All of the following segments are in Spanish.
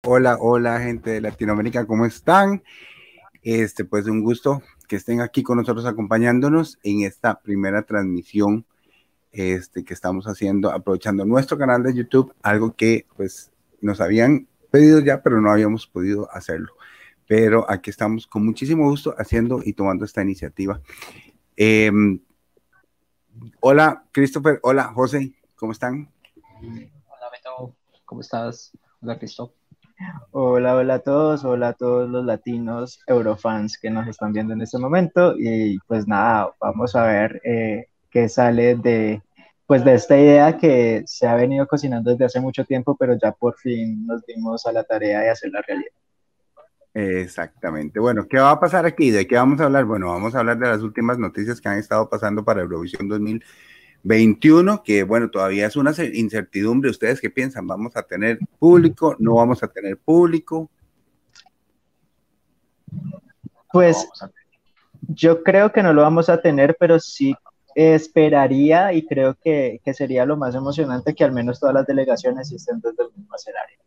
Hola, hola gente de Latinoamérica, ¿cómo están? Pues un gusto que estén aquí con nosotros acompañándonos en esta primera transmisión que estamos haciendo, aprovechando nuestro canal de YouTube, algo que pues nos habían pedido ya, pero no habíamos podido hacerlo. Pero aquí estamos con muchísimo gusto haciendo y tomando esta iniciativa. Eh, Hola, Christopher, hola, José, ¿cómo están? Hola Beto, ¿cómo estás? Hola Cristo. Hola, hola a todos, hola a todos los latinos eurofans que nos están viendo en este momento y pues nada, vamos a ver qué sale de esta idea que se ha venido cocinando desde hace mucho tiempo, pero ya por fin nos dimos a la tarea de hacer la realidad. Exactamente. Bueno, ¿qué va a pasar aquí? ¿De qué vamos a hablar? Bueno, vamos a hablar de las últimas noticias que han estado pasando para Eurovisión 2021, que bueno, todavía es una incertidumbre. ¿Ustedes qué piensan? ¿Vamos a tener público? ¿No vamos a tener público? Pues yo creo que no lo vamos a tener, pero sí esperaría y creo que sería lo más emocionante que al menos todas las delegaciones estén desde el mismo escenario.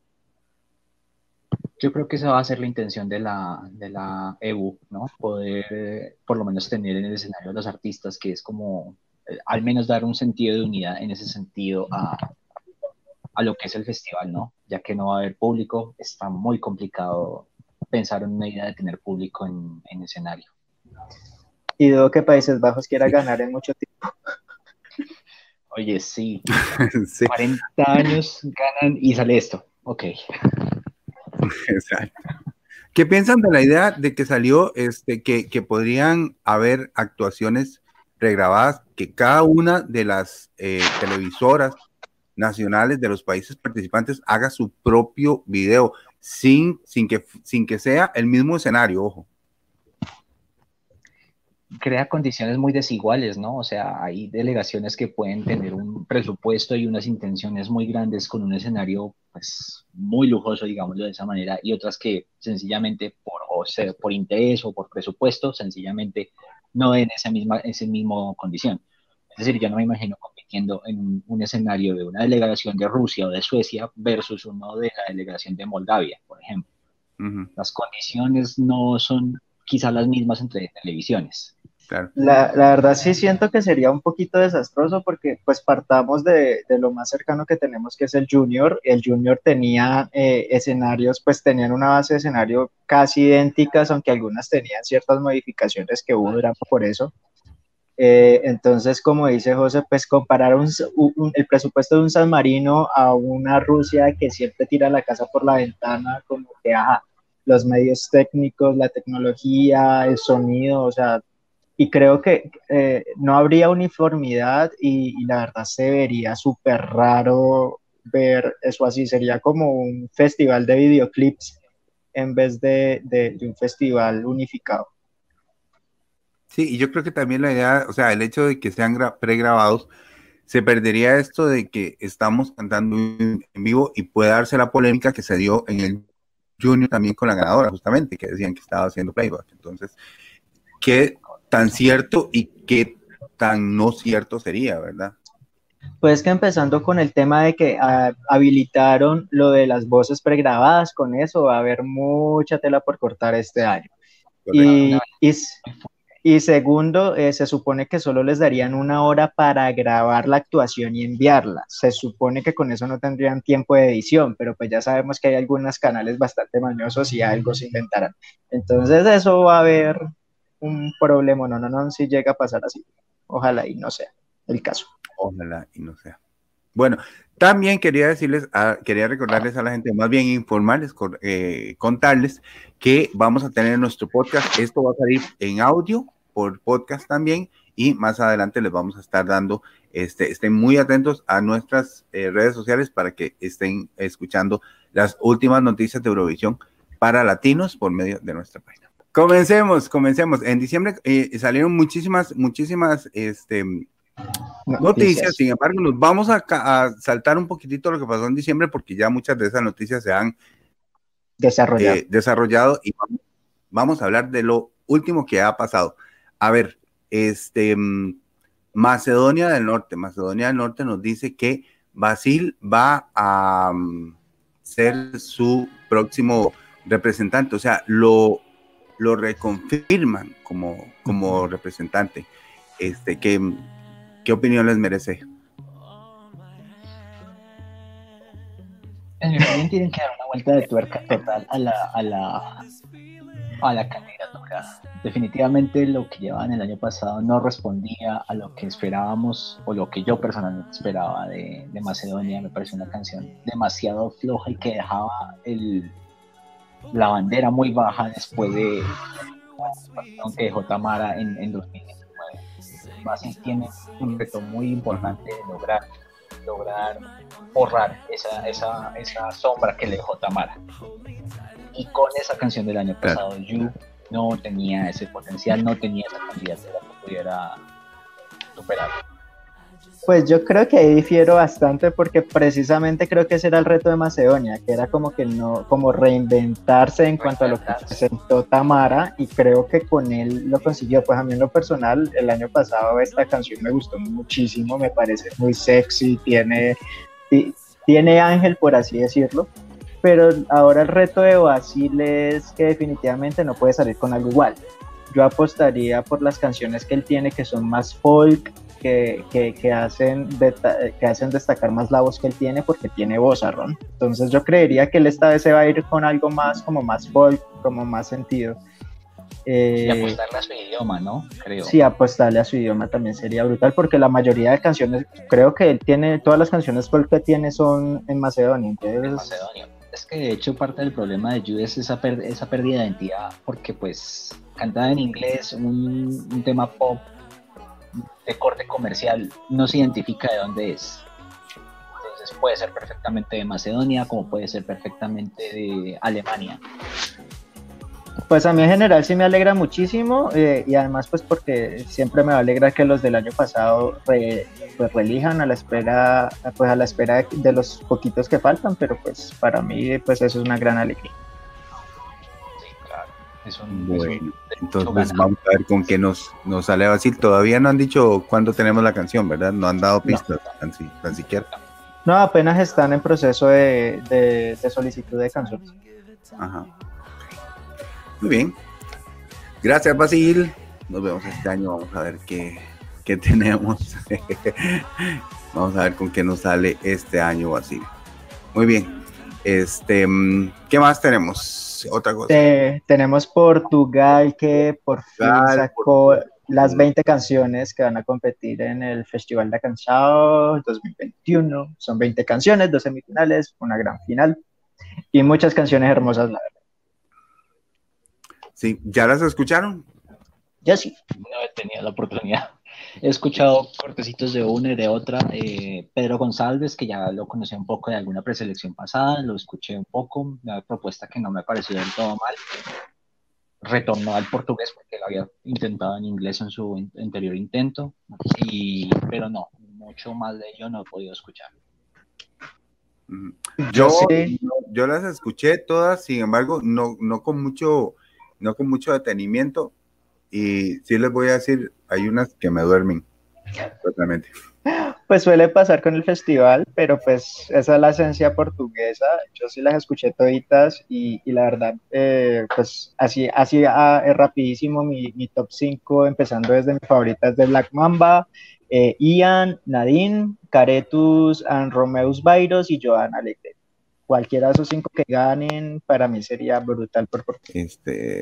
Yo creo que esa va a ser la intención de la EBU, ¿no? Poder por lo menos tener en el escenario a los artistas, que es como al menos dar un sentido de unidad en ese sentido a lo que es el festival, ¿no? Ya que no va a haber público, está muy complicado pensar en una idea de tener público en escenario. Y dudo que Países Bajos quiera Sí. ganar en mucho tiempo. Oye, sí, Sí, 40 años ganan y sale esto. Ok. exacto. ¿Qué piensan de la idea de que salió que podrían haber actuaciones pregrabadas, que cada una de las televisoras nacionales de los países participantes haga su propio video sin que sea el mismo escenario, ojo? Crea condiciones muy desiguales, ¿no? O sea, hay delegaciones que pueden tener un presupuesto y unas intenciones muy grandes con un escenario, pues, muy lujoso, digámoslo de esa manera, y otras que sencillamente por interés o por presupuesto, sencillamente no en esa misma condición. Es decir, yo no me imagino compitiendo en un escenario de una delegación de Rusia o de Suecia versus uno de la delegación de Moldavia, por ejemplo. Uh-huh. Las condiciones no son quizás las mismas entre televisiones. Claro. La verdad sí siento que sería un poquito desastroso porque pues partamos de lo más cercano que tenemos que es el Junior. El Junior tenía escenarios, pues tenían una base de escenario casi idénticas, aunque algunas tenían ciertas modificaciones que hubo drama por eso. Entonces, como dice José, pues comparar el presupuesto de un San Marino a una Rusia que siempre tira la casa por la ventana, como que los medios técnicos, la tecnología, el sonido, o sea, y creo que no habría uniformidad y la verdad se vería súper raro ver eso así, sería como un festival de videoclips en vez de un festival unificado. Sí, y yo creo que también la idea, o sea, el hecho de que sean pregrabados, se perdería esto de que estamos cantando en vivo y puede darse la polémica que se dio en el Junior también con la ganadora, justamente, que decían que estaba haciendo playback. Entonces, ¿qué tan cierto y qué tan no cierto sería, verdad? Pues que empezando con el tema de que habilitaron lo de las voces pregrabadas, con eso va a haber mucha tela por cortar este año. Correcto. Y segundo, se supone que solo les darían una hora para grabar la actuación y enviarla. Se supone que con eso no tendrían tiempo de edición, pero pues ya sabemos que hay algunos canales bastante mañosos y algo se inventarán. Entonces eso va a haber un problema, no, si llega a pasar así. Ojalá y no sea el caso. Ojalá y no sea. Bueno, también quería decirles, quería recordarles a la gente, más bien informarles, contarles que vamos a tener nuestro podcast. Esto va a salir en audio por podcast también y más adelante les vamos a estar dando, estén muy atentos a nuestras redes sociales para que estén escuchando las últimas noticias de Eurovisión para latinos por medio de nuestra página. Comencemos. En diciembre salieron muchísimas, noticias. Sin embargo, nos vamos a saltar un poquitito lo que pasó en diciembre porque ya muchas de esas noticias se han desarrollado y vamos a hablar de lo último que ha pasado. A ver, Macedonia del Norte nos dice que Basil va a ser su próximo representante, o sea, lo reconfirman como representante. ¿Qué opinión les merece? En mi opinión tienen que dar una vuelta de tuerca total a la candidatura. Definitivamente lo que llevaban el año pasado no respondía a lo que esperábamos o lo que yo personalmente esperaba de Macedonia. Me pareció una canción demasiado floja y que dejaba la bandera muy baja después de que dejó Tamara en 2019. Basis tiene un reto muy importante de lograr borrar esa sombra que le dejó Tamara. Y con esa canción del año pasado, You no tenía ese potencial, no tenía esa candidatura que pudiera superar. Pues yo creo que ahí difiero bastante porque precisamente creo que ese era el reto de Macedonia, que era como que no, como reinventarse en cuanto a lo que presentó Tamara, y creo que con él lo consiguió. Pues a mí en lo personal, el año pasado esta canción me gustó muchísimo, me parece muy sexy, tiene ángel, por así decirlo, pero ahora el reto de Basile es que definitivamente no puede salir con algo igual. Yo apostaría por las canciones que él tiene, que son más folk, que hacen destacar más la voz que él tiene, porque tiene voz, Aaron. Entonces yo creería que él esta vez se va a ir con algo más, como más folk, como más sentido. Y apostarle a su idioma, ¿no? Creo. Sí, apostarle a su idioma también sería brutal, porque la mayoría de canciones, creo que él tiene, todas las canciones folk que tiene son en Macedonia. Entonces... En Macedonia. Es que de hecho parte del problema de Jude es esa pérdida de identidad, porque pues cantada en inglés, un tema pop de corte comercial, no se identifica de dónde es. Entonces puede ser perfectamente de Macedonia, como puede ser perfectamente de Alemania. Pues a mí en general sí me alegra muchísimo, y además pues porque siempre me va a alegrar que los del año pasado pues reelijan a la espera de los poquitos que faltan, pero pues para mí pues eso es una gran alegría. Bueno, entonces vamos a ver con qué nos sale Basil. Todavía no han dicho cuándo tenemos la canción, ¿verdad? No han dado pistas, tan siquiera. No, apenas están en proceso de solicitud de canciones. Ajá. Muy bien. Gracias, Basil. Nos vemos este año. Vamos a ver qué tenemos. Vamos a ver con qué nos sale este año, Basil. Muy bien. ¿Qué más tenemos? Otra cosa. Tenemos Portugal, que por fin sacó las 20 canciones que van a competir en el Festival da Canção 2021. Son 20 canciones, 2 semifinales, una gran final y muchas canciones hermosas, la verdad. Sí, ¿ya las escucharon? Yo sí, no he tenido la oportunidad. He escuchado cortecitos de una y de otra. Pedro González, que ya lo conocía un poco de alguna preselección pasada, lo escuché un poco, una propuesta que no me pareció del todo mal. Retornó al portugués porque lo había intentado en inglés en su anterior intento, pero no, mucho más de ello no he podido escuchar. Yo las escuché todas, sin embargo, no con mucho detenimiento, y sí les voy a decir, hay unas que me duermen totalmente. Pues suele pasar con el festival, pero pues esa es la esencia portuguesa. Yo sí las escuché toditas y la verdad, pues así rapidísimo mi top 5, empezando desde mis favoritas de Black Mamba, Ian, Nadine, Caretus, and Romeus Bairos y Joan Alegre. Cualquiera de esos 5 que ganen, para mí sería brutal por Portugal.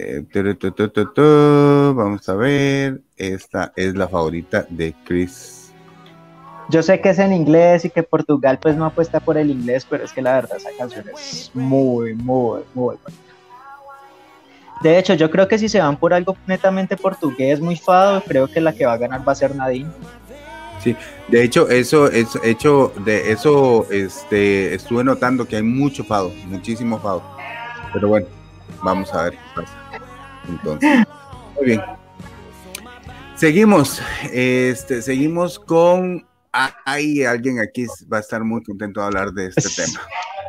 Vamos a ver, esta es la favorita de Chris. Yo sé que es en inglés y que Portugal pues no apuesta por el inglés, pero es que la verdad esa canción es muy, muy, muy buena. De hecho, yo creo que si se van por algo netamente portugués, muy fado, creo que la que va a ganar va a ser Nadine. Sí, de hecho, estuve notando que hay mucho fado, muchísimo fado. Pero bueno, vamos a ver qué pasa. Entonces, muy bien. Seguimos con... Hay alguien aquí va a estar muy contento de hablar de este tema.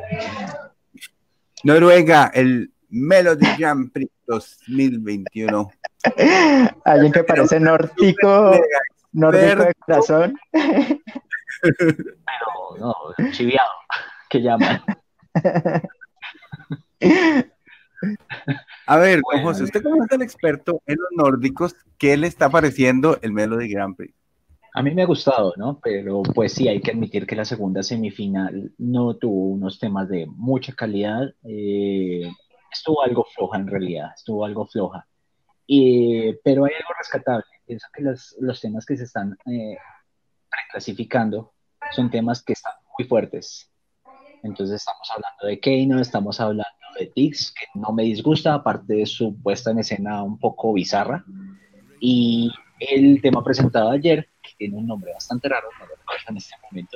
Noruega, el Melody Grand Prix 2021. Alguien que parece nórdico de corazón. Pero no, chiviado, que llaman. A ver, don José, usted como es el experto en los nórdicos, ¿qué le está pareciendo el Melody Grand Prix? A mí me ha gustado, ¿no? Pero pues sí, hay que admitir que la segunda semifinal no tuvo unos temas de mucha calidad. Estuvo algo floja en realidad, estuvo algo floja. Pero hay algo rescatable. Pienso que los temas que se están clasificando son temas que están muy fuertes. Entonces estamos hablando de Keino, estamos hablando de Dix, que no me disgusta, aparte de su puesta en escena un poco bizarra. Y el tema presentado ayer, que tiene un nombre bastante raro, no lo recuerdo en este momento,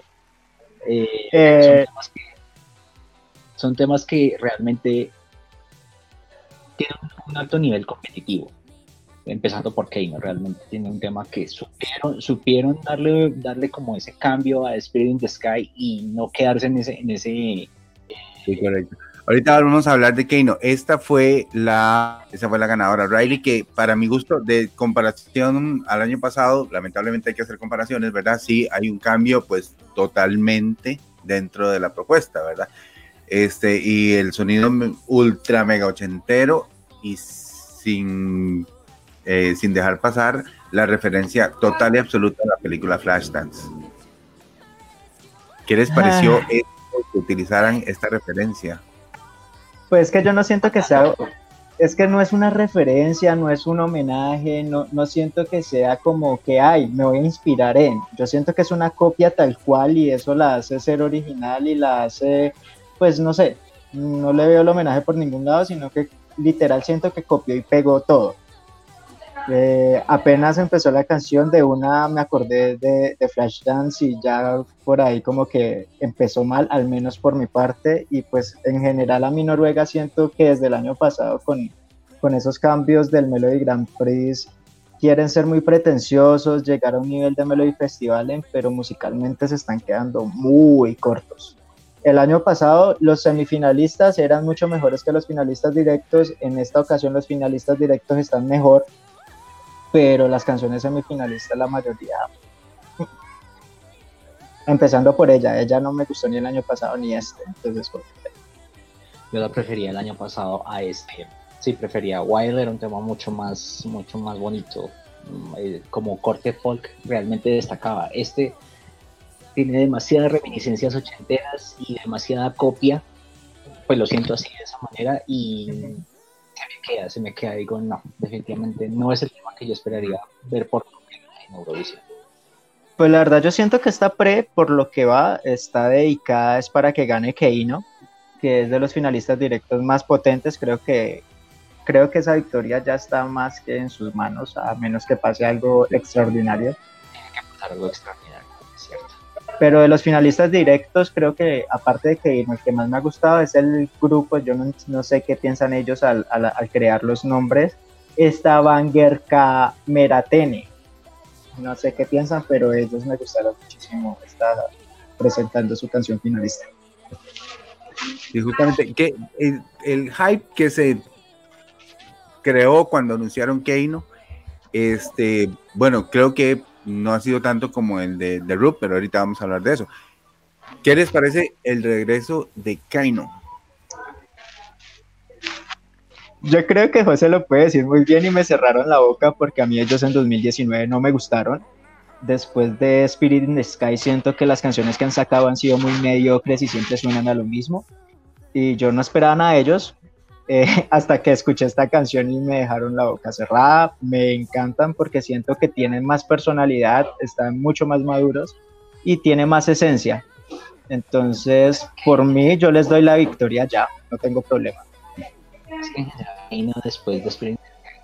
son temas que realmente tienen un alto nivel competitivo. Empezando por Keino, realmente tiene un tema que supieron darle como ese cambio a Spirit in the Sky y no quedarse en ese Sí, correcto. Ahorita vamos a hablar de Keino. Esa fue la ganadora, Riley, que para mi gusto, de comparación al año pasado, lamentablemente hay que hacer comparaciones, ¿verdad? Sí, hay un cambio pues totalmente dentro de la propuesta, ¿verdad? Y el sonido ultra mega ochentero y sin dejar pasar la referencia total y absoluta a la película Flashdance. ¿Qué les pareció que utilizaran esta referencia? Pues que yo no siento que sea, es que no es una referencia, no es un homenaje, no siento que sea como que, ay, me voy a inspirar en, yo siento que es una copia tal cual y eso la hace ser original y la hace, pues no sé, no le veo el homenaje por ningún lado, sino que literal siento que copió y pegó todo. Apenas empezó la canción de una, me acordé de Flashdance y ya por ahí como que empezó mal, al menos por mi parte, y pues en general a mí Noruega siento que desde el año pasado con esos cambios del Melody Grand Prix quieren ser muy pretenciosos, llegar a un nivel de Melody Festivalen, pero musicalmente se están quedando muy cortos. El año pasado los semifinalistas eran mucho mejores que los finalistas directos, en esta ocasión los finalistas directos están mejor, pero las canciones semifinalistas, la mayoría, empezando por ella no me gustó ni el año pasado ni entonces yo la prefería el año pasado a este. Sí, prefería Wild, era un tema mucho más bonito, como corte folk realmente destacaba. Este tiene demasiadas reminiscencias ochenteras y demasiada copia, pues lo siento así de esa manera y se me queda, digo, no, definitivamente no es el tema que yo esperaría ver por en Eurovisión. Pues la verdad yo siento que esta por lo que va, está dedicada es para que gane Keino, que es de los finalistas directos más potentes. Creo que esa victoria ya está más que en sus manos, a menos que pase algo extraordinario. Tiene que pasar algo extraordinario, es cierto. Pero de los finalistas directos, creo que aparte de Keino, el que más me ha gustado es el grupo, yo no sé qué piensan ellos al crear los nombres, está Bangerka Meratene. No sé qué piensan, pero ellos me gustaron muchísimo, está presentando su canción finalista. Y justamente que el hype que se creó cuando anunciaron Keino, bueno, creo que no ha sido tanto como el de Rup, pero ahorita vamos a hablar de eso. ¿Qué les parece el regreso de Keino? Yo creo que José lo puede decir muy bien y me cerraron la boca porque a mí ellos en 2019 no me gustaron. Después de Spirit in the Sky siento que las canciones que han sacado han sido muy mediocres y siempre suenan a lo mismo. Y yo no esperaba nada de ellos hasta que escuché esta canción y me dejaron la boca cerrada. Me encantan porque siento que tienen más personalidad, están mucho más maduros y tienen más esencia. Entonces, por mí, yo les doy la victoria ya, no tengo problema. Y no después de Spirit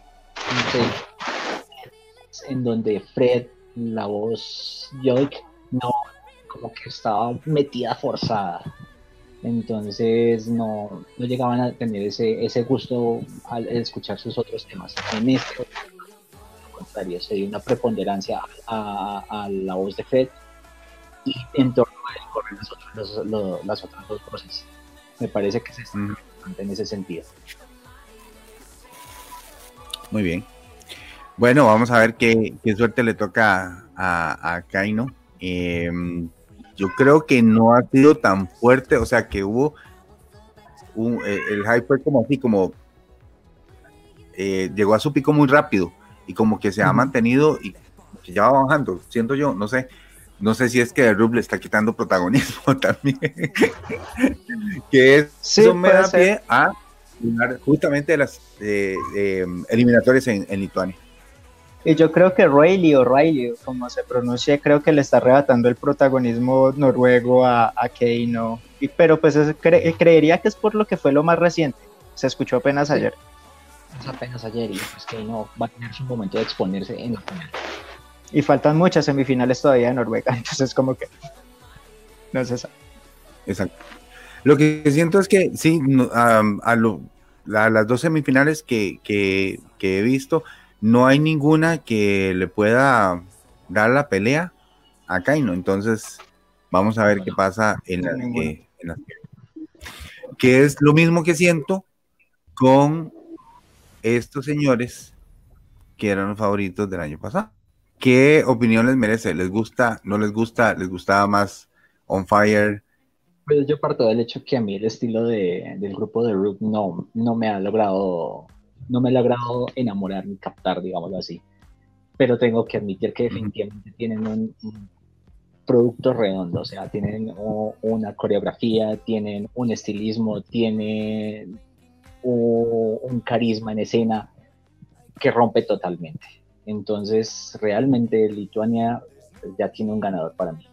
en donde Fred, la voz Joik, no, como que estaba metida forzada. Entonces no llegaban a tener ese gusto al escuchar sus otros temas. En esto, al contrario, se dio una preponderancia a la voz de Fred y en torno a él corren las otras dos voces. Me parece que se está en ese sentido. Muy bien. Bueno, vamos a ver qué suerte le toca a Keino. Yo creo que no ha sido tan fuerte, o sea que hubo el hype fue como así, como llegó a su pico muy rápido y como que se ha mantenido y que ya va bajando, siento yo, no sé si es que Rub le está quitando protagonismo también, que eso me da pie a hablar justamente de las eliminatorias en Lituania. Y yo creo que Riley, como se pronuncia, creo que le está arrebatando el protagonismo noruego a Keino. Pero pues creería que es por lo que fue lo más reciente. Se escuchó apenas ayer. Es apenas ayer y pues Keino va a tener su momento de exponerse en la final. Y faltan muchas semifinales todavía de Noruega, entonces como que no se sabe. Exacto. Lo que siento es que sí, las dos semifinales que he visto, no hay ninguna que le pueda dar la pelea a Keino. Entonces, vamos a ver qué pasa en las que es lo mismo que siento con estos señores que eran los favoritos del año pasado. ¿Qué opinión les merece? ¿Les gusta? ¿No les gusta? ¿Les gustaba más On Fire? Pues yo parto del hecho que a mí el estilo del grupo de Rook no me ha logrado enamorar ni captar, digámoslo así. Pero tengo que admitir que definitivamente tienen un producto redondo, o sea, tienen una coreografía, tienen un estilismo, tienen un carisma en escena que rompe totalmente. Entonces, realmente Lituania ya tiene un ganador para mí.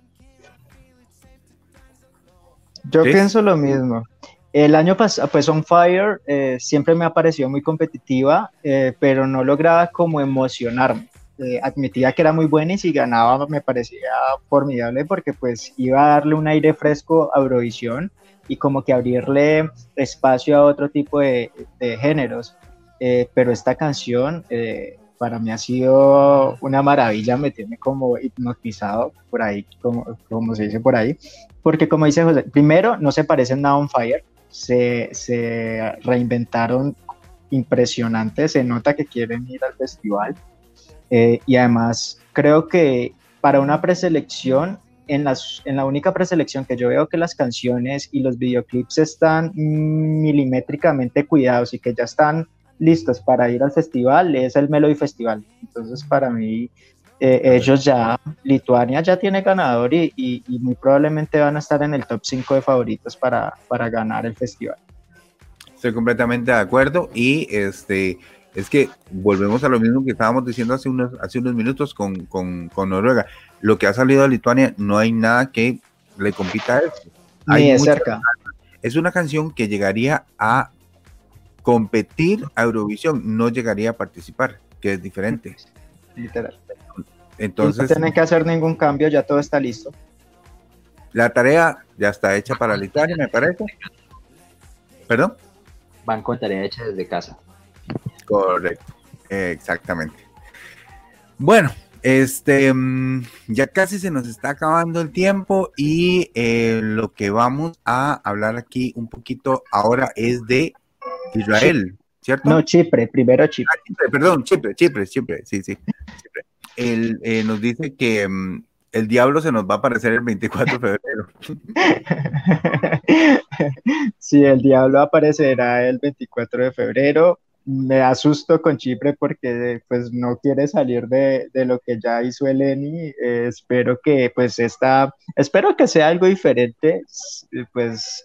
Yo pienso lo mismo. El año pasado, pues On Fire siempre me ha parecido muy competitiva, pero no lograba como emocionarme. Admitía que era muy buena y si ganaba me parecía formidable porque pues iba a darle un aire fresco a Eurovisión y como que abrirle espacio a otro tipo de géneros. Pero esta canción para mí ha sido una maravilla, me tiene como hipnotizado por ahí, como se dice por ahí, porque como dice José, primero no se parecen nada a On Fire, se reinventaron impresionante, se nota que quieren ir al festival y además creo que para una preselección, en la única preselección que yo veo que las canciones y los videoclips están milimétricamente cuidados y que ya están listos para ir al festival, es el Melody Festival. Entonces para mí ellos ya, Lituania ya tiene ganador y muy probablemente van a estar en el top 5 de favoritos para ganar el festival. Estoy completamente de acuerdo y es que volvemos a lo mismo que estábamos diciendo hace unos minutos con Noruega. Lo que ha salido de Lituania, no hay nada que le compita a eso. Ni de cerca. Es una canción que llegaría a competir a Eurovisión, no llegaría a participar, que es diferente. Literal. Entonces, no tienen que hacer ningún cambio, ya todo está listo. La tarea ya está hecha para Lituania, me parece. ¿Perdón? Van con tarea hecha desde casa. Correcto, exactamente. Bueno, ya casi se nos está acabando el tiempo y lo que vamos a hablar aquí un poquito ahora es de Israel, ¿cierto? No, Chipre, primero Chipre. Chipre, sí. Chipre. Él nos dice que el diablo se nos va a aparecer el 24 de febrero. Sí, el diablo aparecerá el 24 de febrero. Me asusto con Chipre porque pues no quiere salir de lo que ya hizo Eleni. Espero que sea algo diferente. Pues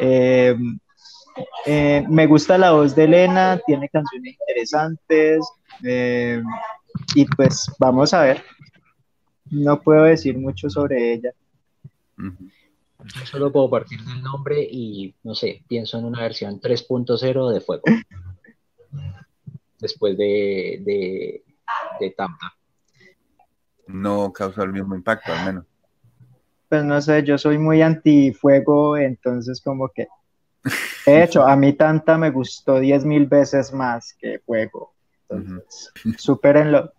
me gusta la voz de Elena, tiene canciones interesantes y pues vamos a ver. No puedo decir mucho sobre ella. Yo solo puedo partir del nombre y, no sé, pienso en una versión 3.0 de Fuego. Después de Tampa. No causa el mismo impacto, al menos. Pues no sé, yo soy muy antifuego, entonces como que... De hecho, a mí Tanta me gustó 10,000 veces más que Fuego. Entonces, supérenlo.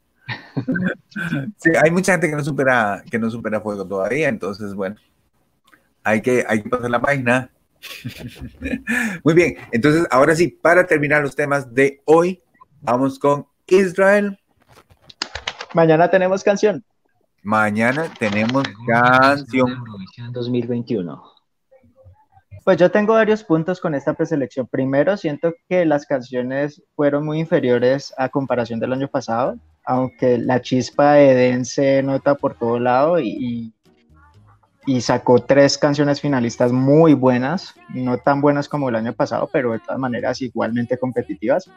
Sí, hay mucha gente que no supera Fuego todavía, entonces bueno, hay que pasar la página. Muy bien, entonces ahora sí, para terminar los temas de hoy, vamos con Israel. Mañana tenemos canción. Mañana tenemos canción. Eurovisión 2021. Pues yo tengo varios puntos con esta preselección. Primero, siento que las canciones fueron muy inferiores a comparación del año pasado, aunque la chispa de Eden se nota por todo lado y sacó 3 canciones finalistas muy buenas, no tan buenas como el año pasado, pero de todas maneras igualmente competitivas.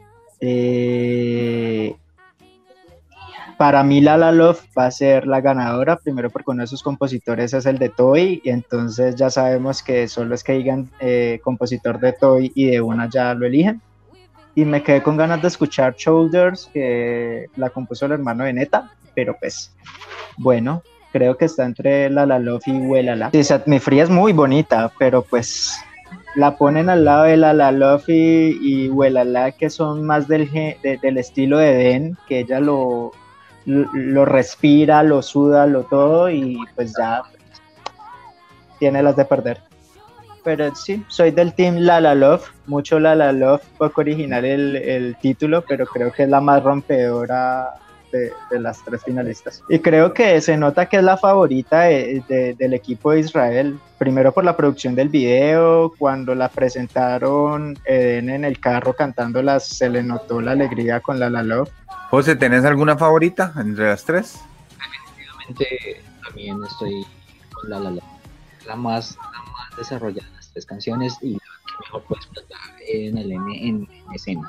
Para mí La La Love va a ser la ganadora, primero porque uno de sus compositores es el de Toy, y entonces ya sabemos que solo es que digan compositor de Toy y de una ya lo eligen. Y me quedé con ganas de escuchar Shoulders, que la compuso el hermano de Neta, pero pues bueno, creo que está entre La La Love y Huelala. Sí, Set Me Free es muy bonita, pero pues la ponen al lado de La La Love y Huelala, que son más del estilo de Den, que ella lo respira, lo suda, lo todo, y pues ya tiene las de perder. Pero sí, soy del team La La Love, mucho La La Love, poco original el título, pero creo que es la más rompedora de las 3 finalistas. Y creo que se nota que es la favorita del equipo de Israel, primero por la producción del video, cuando la presentaron Eden en el carro cantándolas, se le notó la alegría con La La Love. José, ¿tenés alguna favorita entre las 3? Definitivamente también estoy con La La Love, la más desarrollada de las 3 canciones y la que mejor puede explotar en el en escena.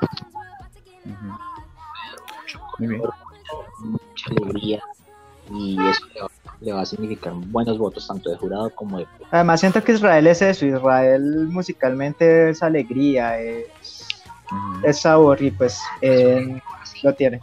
Muy bien. Mucha alegría, y eso le va a significar buenos votos tanto de jurado como de público. Además siento que Israel es eso, Israel musicalmente es alegría, es sabor, y pues lo tiene.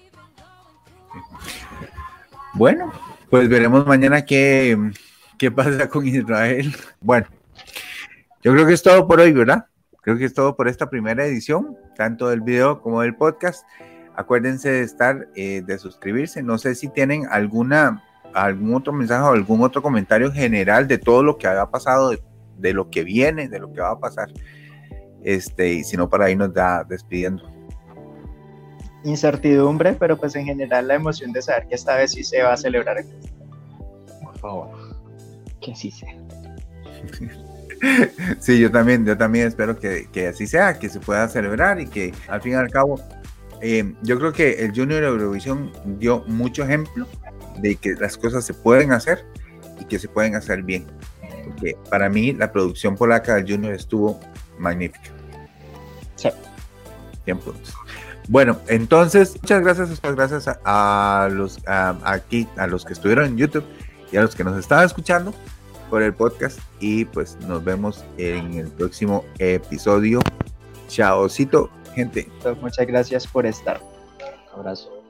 Bueno, pues veremos mañana qué pasa con Israel. Bueno, yo creo que es todo por hoy, ¿verdad? Creo que es todo por esta primera edición, tanto del video como del podcast. Acuérdense de suscribirse. No sé si tienen algún otro mensaje o algún otro comentario general de todo lo que haya pasado, de lo que viene, de lo que va a pasar. Y si no, para irnos despidiendo. Incertidumbre, pero pues en general la emoción de saber que esta vez sí se va a celebrar. Por favor, que así sea. Sí, yo también espero que así sea, que se pueda celebrar y que al fin y al cabo yo creo que el Junior Eurovisión dio mucho ejemplo de que las cosas se pueden hacer y que se pueden hacer bien, porque para mí la producción polaca del Junior estuvo magnífica. Sí. 100 puntos. Bueno, entonces muchas gracias a los que estuvieron en YouTube y a los que nos estaban escuchando por el podcast, y pues nos vemos en el próximo episodio. Chaocito, gente. Muchas gracias por estar. Un abrazo.